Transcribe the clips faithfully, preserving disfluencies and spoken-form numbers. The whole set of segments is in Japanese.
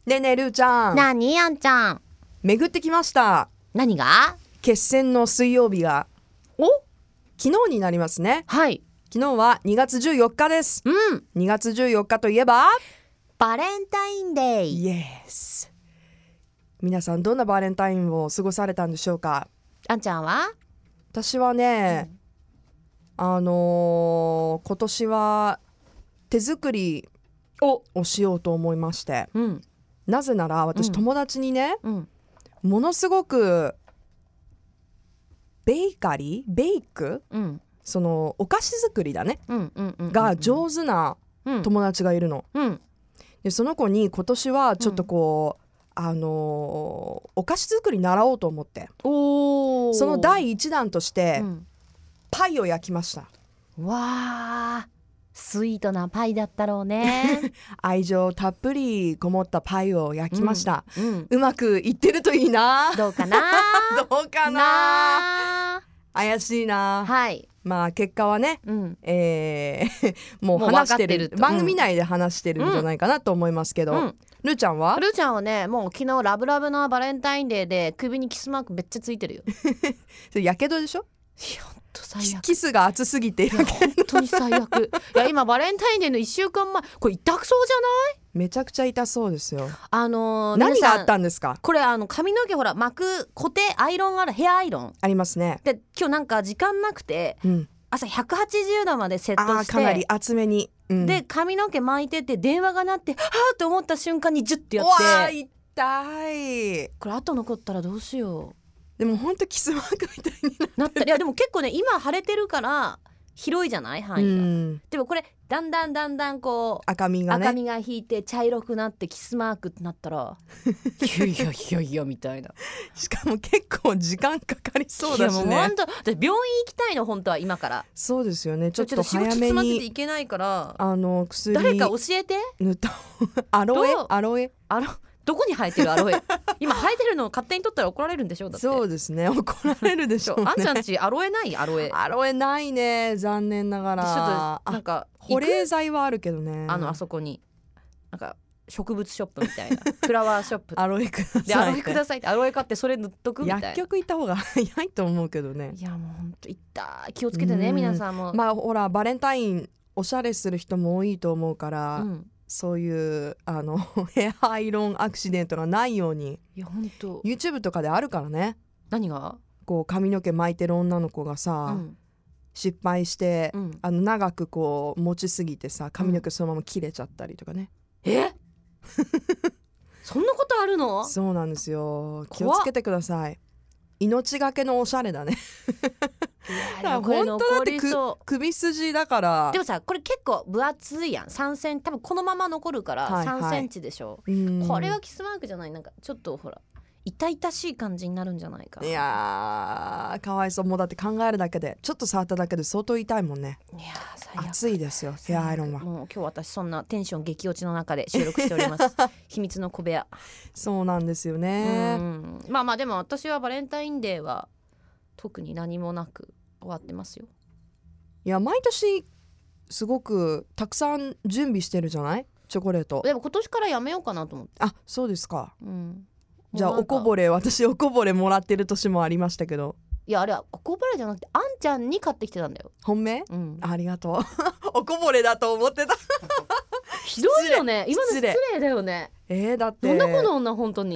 ねえねえルーちゃん、 なにあんちゃん、 巡ってきました。 何が？ 決戦の水曜日がお昨日になりますね。 はい。 昨日はにがつじゅうよっかです。 うん。 にがつじゅうよっかといえばバレンタインデー。 イエス。皆さんどんなバレンタインを過ごされたんでしょうか。 あんちゃんは？ 私はね、うん、あのー、今年は手作りをしようと思いまして、 うん、 なぜなら私、うん、友達にね、うん、ものすごくベーカリーベイク、うん、そのお菓子作りだね、うんうんうんうん、が上手な友達がいるの、うん、でその子に今年はちょっとこう、うん、あのー、お菓子作り習おうと思って、おその第一弾として、うん、パイを焼きました。 わー、スイートなパイだったろうね愛情たっぷりこもったパイを焼きました、うんうん、うまくいってるといいな。 どうかなどうかな、怪しいな。はい、まあ結果はね、うん、えー、もう話してる、る番組内で話してるんじゃないかなと思いますけど、うんうん、ルーちゃんはルーちゃんはね、もう昨日ラブラブなバレンタインデーで首にキスマークめっちゃついてるよそれやけどでしょ。 いや最悪、 キスが熱すぎて本当に最悪いや今バレンタインデーのいっしゅうかんまえ、これ痛くそうじゃない？ めちゃくちゃ痛そうですよ。 あのー、 何があったんですか？ これあの髪の毛ほら巻く固定アイロンある、ヘアアイロンありますね。 で今日なんか時間なくて、うん、朝ひゃくはちじゅうどまでセットして、 あかなり厚めに、うん、 で髪の毛巻いてて電話が鳴ってはぁって思った瞬間にジュッてやって、 うわー痛い。 これ後残ったらどうしよう。 でもほんとキスマークみたいになった。いやでも結構ね今晴れてるから広いじゃない範囲が、うん、でもこれだんだんだんだんこう赤みがね赤みが引いて茶色くなってキスマークってなったらいやいやいやいやみたいなしかも結構時間かかりそうだしね。 いやもう本当病院行きたいの本当は今から。 そうですよね。ちょっと早めにいけないからあの薬誰か教えて。 塗ったアロエアロエアロどこに生えてるアロエ今生えてるのを勝手に取ったら怒られるんでしょ。だってそうですね、怒られるでしょうねあんちゃんちアロエない？アロエアロエないね、残念ながら。 ちょっとなんか保冷剤はあるけどね、 あのあそこになんか植物ショップみたいなフラワーショップアロエくださいでアロエくださいってアロエ買ってそれ塗っとくみたいな。 薬局行った方が早いと思うけどね。 いやもうほんといった気をつけてね皆さんも。 まあほらバレンタインおしゃれする人も多いと思うから、うん、そういうあのヘアアイロンアクシデントがないように。 いや本当 YouTube とかであるからね。 何がこう髪の毛巻いてる女の子がさ、うん、失敗して、うん、あの長くこう持ちすぎてさ髪の毛そのまま切れちゃったりとかね、うん、 えそんなことあるの？ そうなんですよ。気をつけてください。命がけのおしゃれだねいや本当だって首筋だから。 でもさこれ結構分厚いやん。さんセンチ多分このまま残るからさんセンチでしょ、はいはい、これはキスマークじゃない。なんかちょっとほら痛々しい感じになるんじゃないか。 いやーかわいそう。もうだって考えるだけでちょっと触っただけで相当痛いもんね。いや最悪。熱いですよヘアアイロンは。 もう今日私そんなテンション激落ちの中で収録しております秘密の小部屋。 そうなんですよね。 うん、まあまあでも私はバレンタインデーは特に何もなく終わってますよ。 いや毎年すごくたくさん準備してるじゃないチョコレート。 でも今年からやめようかなと思って。 あそうですか、うん、じゃあおこぼれ私おこぼれもらってる年もありましたけど。 いやあれはおこぼれじゃなくてあんちゃんに買ってきてたんだよ。 本命、うん、ありがとうおこぼれだと思ってたひどいよね今の失礼だよね。 えー、だってどんなこの女本当に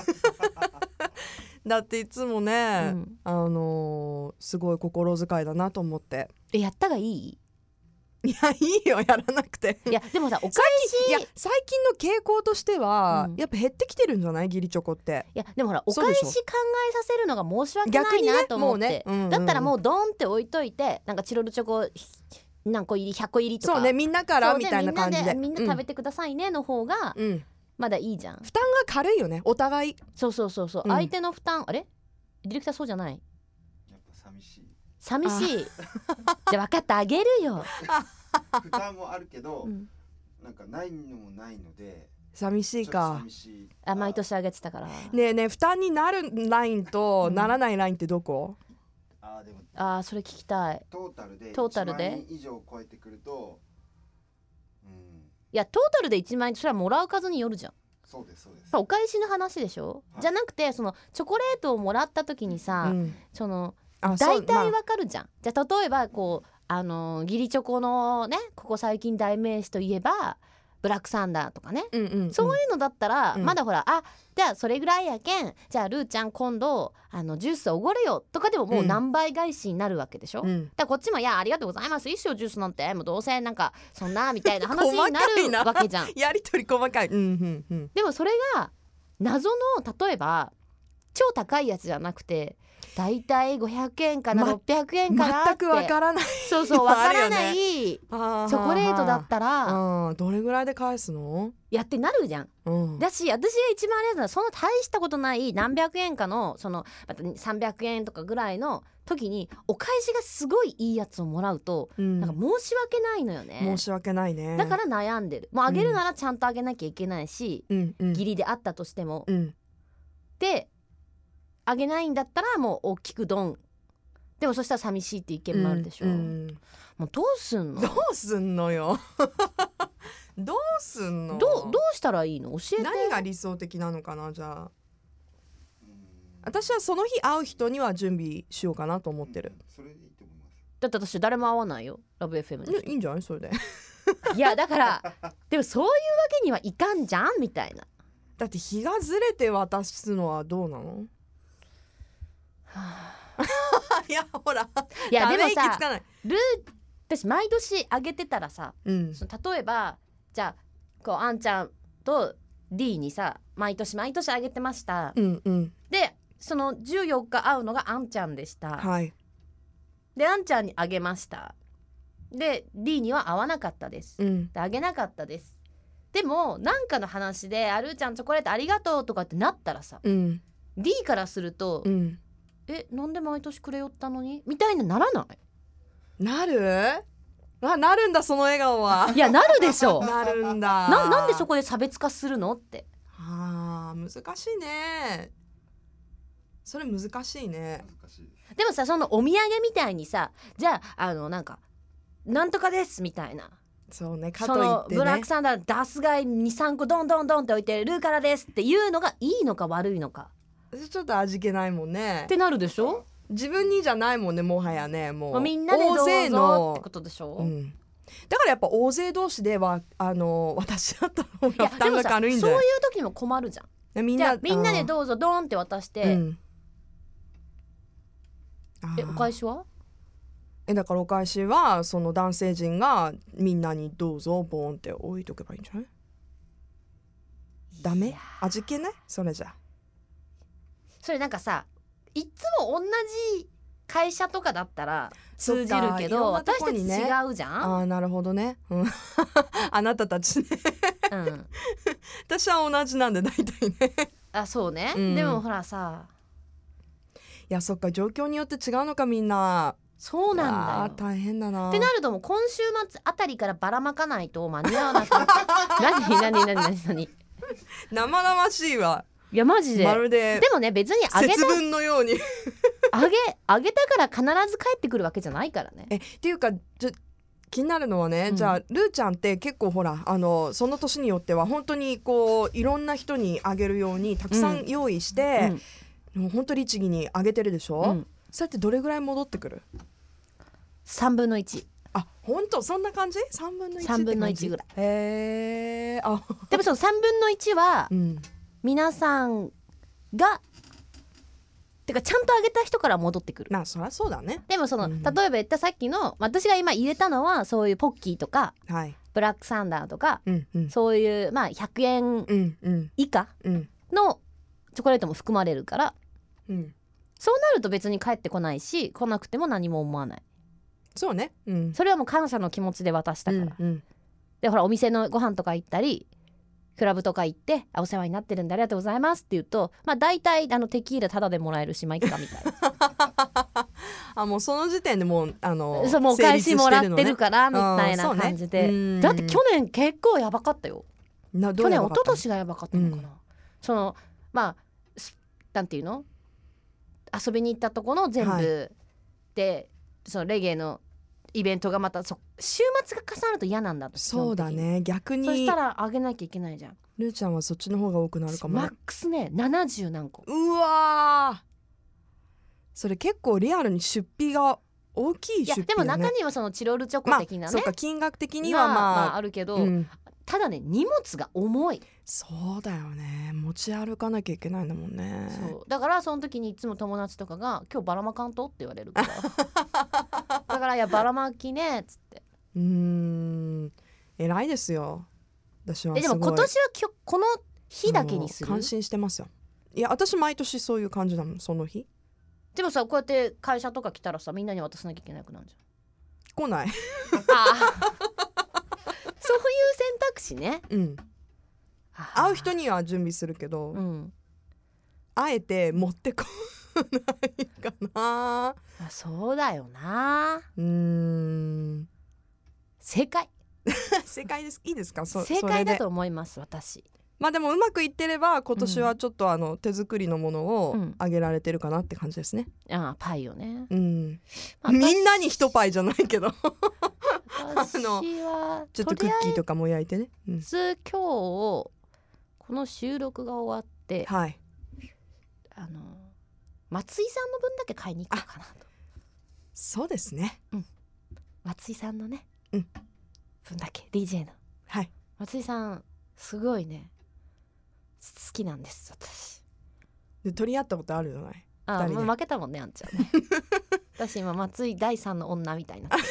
だっていつもね、うん、あのー、すごい心遣いだなと思って。 えやったがいい？ いやいいよやらなくて。 いやでもさお返しいや最近の傾向としては、うん、やっぱ減ってきてるんじゃない義理チョコって。 いやでもほらお返し考えさせるのが申し訳ないなと思って、ねうんうん、だったらもうドンって置いといてなんかチロルチョコ何個入りひゃっこ入りとかそうねみんなからみたいな感じでみんな食べてくださいねの方が、うん、まだいいじゃん。 負担が軽いよねお互い。 そうそうそうそう、うん、相手の負担あれディレクターそうじゃない？ やっぱ寂しい寂しいじゃあ分かったあげるよ負担もあるけど、うん、なんかないのもないので寂しいか。 寂しい。 あ毎年あげてたから。 ねえねえ負担になるラインとならないラインってどこ？ うん、あでもあそれ聞きたい。 トータルでトータルでいちまんえん以上超えてくると、うん、 いやトータルでいちまん円それはもらう数によるじゃん。 そうですそうです。 お返しの話でしょ、はい、じゃなくてそのチョコレートをもらった時にさ、うん、その大体わかるじゃん、まあ、じゃあ例えばこうあの義理チョコのねここ最近代名詞といえばブラックサンダーとかね、うんうんうん、そういうのだったら、うん、まだほらあじゃあそれぐらいやけんじゃあルーちゃん今度あのジュースおごるよとかでももう何倍返しになるわけでしょ、うん、だからこっちもいやありがとうございますいいっすよジュースなんてもうどうせなんかそんなみたいな話になるわけじゃんやりとり細かい、うんうんうん、 でもそれが謎の例えば超高いやつじゃなくてだいたいごひゃくえんかな、ま、ろっぴゃくえんかなって全くわからないそうそうわからないチョコレートだったらどれぐらいで返すのやってなるじゃん、うん、だし私が一番あれだのはその大したことない何百円かのそのまたさんびゃくえんとかぐらいの時にお返しがすごいいいやつをもらうと、うん、なんか申し訳ないのよね申し訳ないねだから悩んでるもうあげるならちゃんとあげなきゃいけないし、うん、義理であったとしても、うん、であげないんだったらもう大きくドンでもそしたら寂しいって意見もあるでしょ、うんうん、もうどうすんのどうすんのよどうすんのどう、どうしたらいいの教えて何が理想的なのかなじゃあ私はその日会う人には準備しようかなと思ってる、うん、それいいと思います。 だって私誰も会わないよラブ エフエム でいいんじゃないそれでいやだからでもそういうわけにはいかんじゃんみたいなだって日がずれて渡すのはどうなのいやほらいやでもさルー私毎年あげてたらさ、うん、その例えばじゃあこうあんちゃんと D にさ毎年毎年あげてました、うんうん、でそのじゅうよっか会うのがあんちゃんでした、はい、であんちゃんにあげましたで D には会わなかったです、うん、であげなかったですでもなんかの話であるーちゃんチョコレートありがとうとかってなったらさ、うん、D からすると、うんえなんで毎年くれよったのにみたいにならないなるあなるんだその笑顔はいやなるでしょなるんだな, なんでそこで差別化するのってあ難しいねそれ難しいねでもさそのお土産みたいにさじゃああのなんかなんとかですみたいなそうねかといってねそのブラックサンダーダスガイ にさんこドンドンドンって置いてルーからですっていうのがいいのか悪いのかちょっと味気ないもんねってなるでしょ自分にじゃないもんねもはやねもう、まあ、 みんなでどうぞってことでしょ、うん、 だからやっぱ大勢同士ではあの私だったら負担が軽いんじゃないそういう時も困るじゃんみんなじゃあみんなでどうぞドンって渡して、うん、えお返しはえだからお返しはその男性陣がみんなにどうぞボーンって置いとけばいいんじゃないダメ味気ないそれじゃそれなんかさいつも同じ会社とかだったら通じるけど、私たち違うじゃん。 あーなるほどね、うん、あなたたちね、うん、私は同じなんで大体ねあそうね、うん、でもほらさいやそっか状況によって違うのかみんなそうなんだよ大変だなってなるともう今週末あたりからばらまかないと間に合わなくて何何何何何生々しいわいやマジでまるででもね別にあげた節分のようにあげあげたから必ず帰ってくるわけじゃないからねえっていうかじゃ気になるのはね、うん、じゃあルーちゃんって結構ほらあのその年によっては本当にこういろんな人にあげるようにたくさん用意して、うん、もう本当律儀にあげてるでしょ、うん、それってどれぐらい戻ってくるさんぶんのいちあ本当そんな感じさんぶんのいちって感じさんぶんのいちぐらいへーあでもそのさんぶんのいちは、うん皆さんがてかちゃんとあげた人から戻ってくるなそりゃそうだねでもその、うん、例えば言ったさっきの私が今入れたのはそういうポッキーとか、はい、ブラックサンダーとか、うんうん、そういうまあひゃくえん以下のチョコレートも含まれるから、うん、そうなると別に帰ってこないし来なくても何も思わないそうね、うん、 それはもう感謝の気持ちで渡したから、うんうん、でほらお店のご飯とか行ったりクラブとか行ってあお世話になってるんでありがとうございますって言うとまあ大体あのテキーラタダでもらえるしまあいっかみたいなあもうその時点でもうあのそうもうお返しもらってるからみたいな感じで、ね、だって去年結構やばかったよなどうやばかった去年一昨年がやばかったのかな、うん、そのまあなんていうの遊びに行ったとこの全部、はい、でそのレゲエのイベントがまたそ週末が重なると嫌なんだと。 そうだね、逆にそしたらあげなきゃいけないじゃん。 ルーちゃんはそっちの方が多くなるかも。 マックスねななじゅう何個。 うわー、それ結構リアルに出費が大きい出費だね。いやでも中にはそのチロルチョコ的なね、 まあ、そうか金額的にはまあ、 まあ、あるけど、 うん、 ただね荷物が重い。 そうだよね、持ち歩かなきゃいけないんだもんね。 そうだからその時にいつも友達とかが今日バラまかんとって言われるからだからいやバラまきねっつって。 うーん偉いですよ。私はすごい。 えでも今年はきょこの日だけにする。 感心してますよ。いや私毎年そういう感じだもん、その日。 でもさこうやって会社とか来たらさみんなに渡さなきゃいけなくなるじゃん。 来ないあそういう選択肢ね。 うん会う人には準備するけど、うん、あえて持ってこないかな。 あそうだよな。 うーん正解正解です。いいですか。そ正解だと思います私。 まあでもうまくいってれば今年はちょっとあの手作りのものをあげられてるかなって感じですね、 うん、ああパイをね、 うんまあ、みんなに一パイじゃないけど私はちょっとクッキーとかも焼いてね、 うん、今日この収録が終わって、 はい、 あの松井さんの分だけ買いに行こうかなと。 そうですね、 うん、松井さんのね、 うん、 分だけ ディージェー の、 はい、 松井さんすごいね好きなんです私。 で取り合ったことあるじゃない。 あもう負けたもんねあんちゃんね私今松井第三の女みたいになってる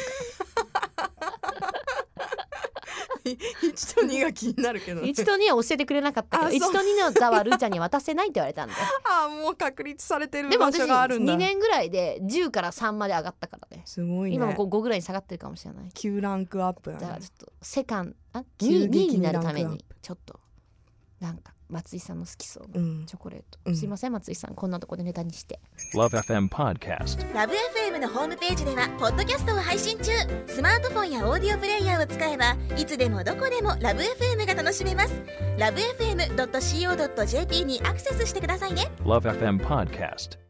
いちとにが気になるけど、ね、 いちとには教えてくれなかったけどいちとにの座はルーちゃんに渡せないって言われたんであもう確立されてる場所があるんだ。 でも私にねんぐらいでじゅうからさんまで上がったからね。 すごいね。 今もごぐらいに下がってるかもしれない。 きゅうランクアップだね。 だからちょっとセカンあにいになるためにちょっとなんか松井さんの好きそうなチョコレート、うん、すいません松井さんこんなとこでネタにして。 ラブ エフエム Podcast。 ラブ エフエム のホームページではポッドキャストを配信中。スマートフォンやオーディオプレイヤーを使えばいつでもどこでもラブ エフエム が楽しめます。ラブ エフエムドットシーオードットジェーピー にアクセスしてくださいね。 ラブ エフエム Podcast。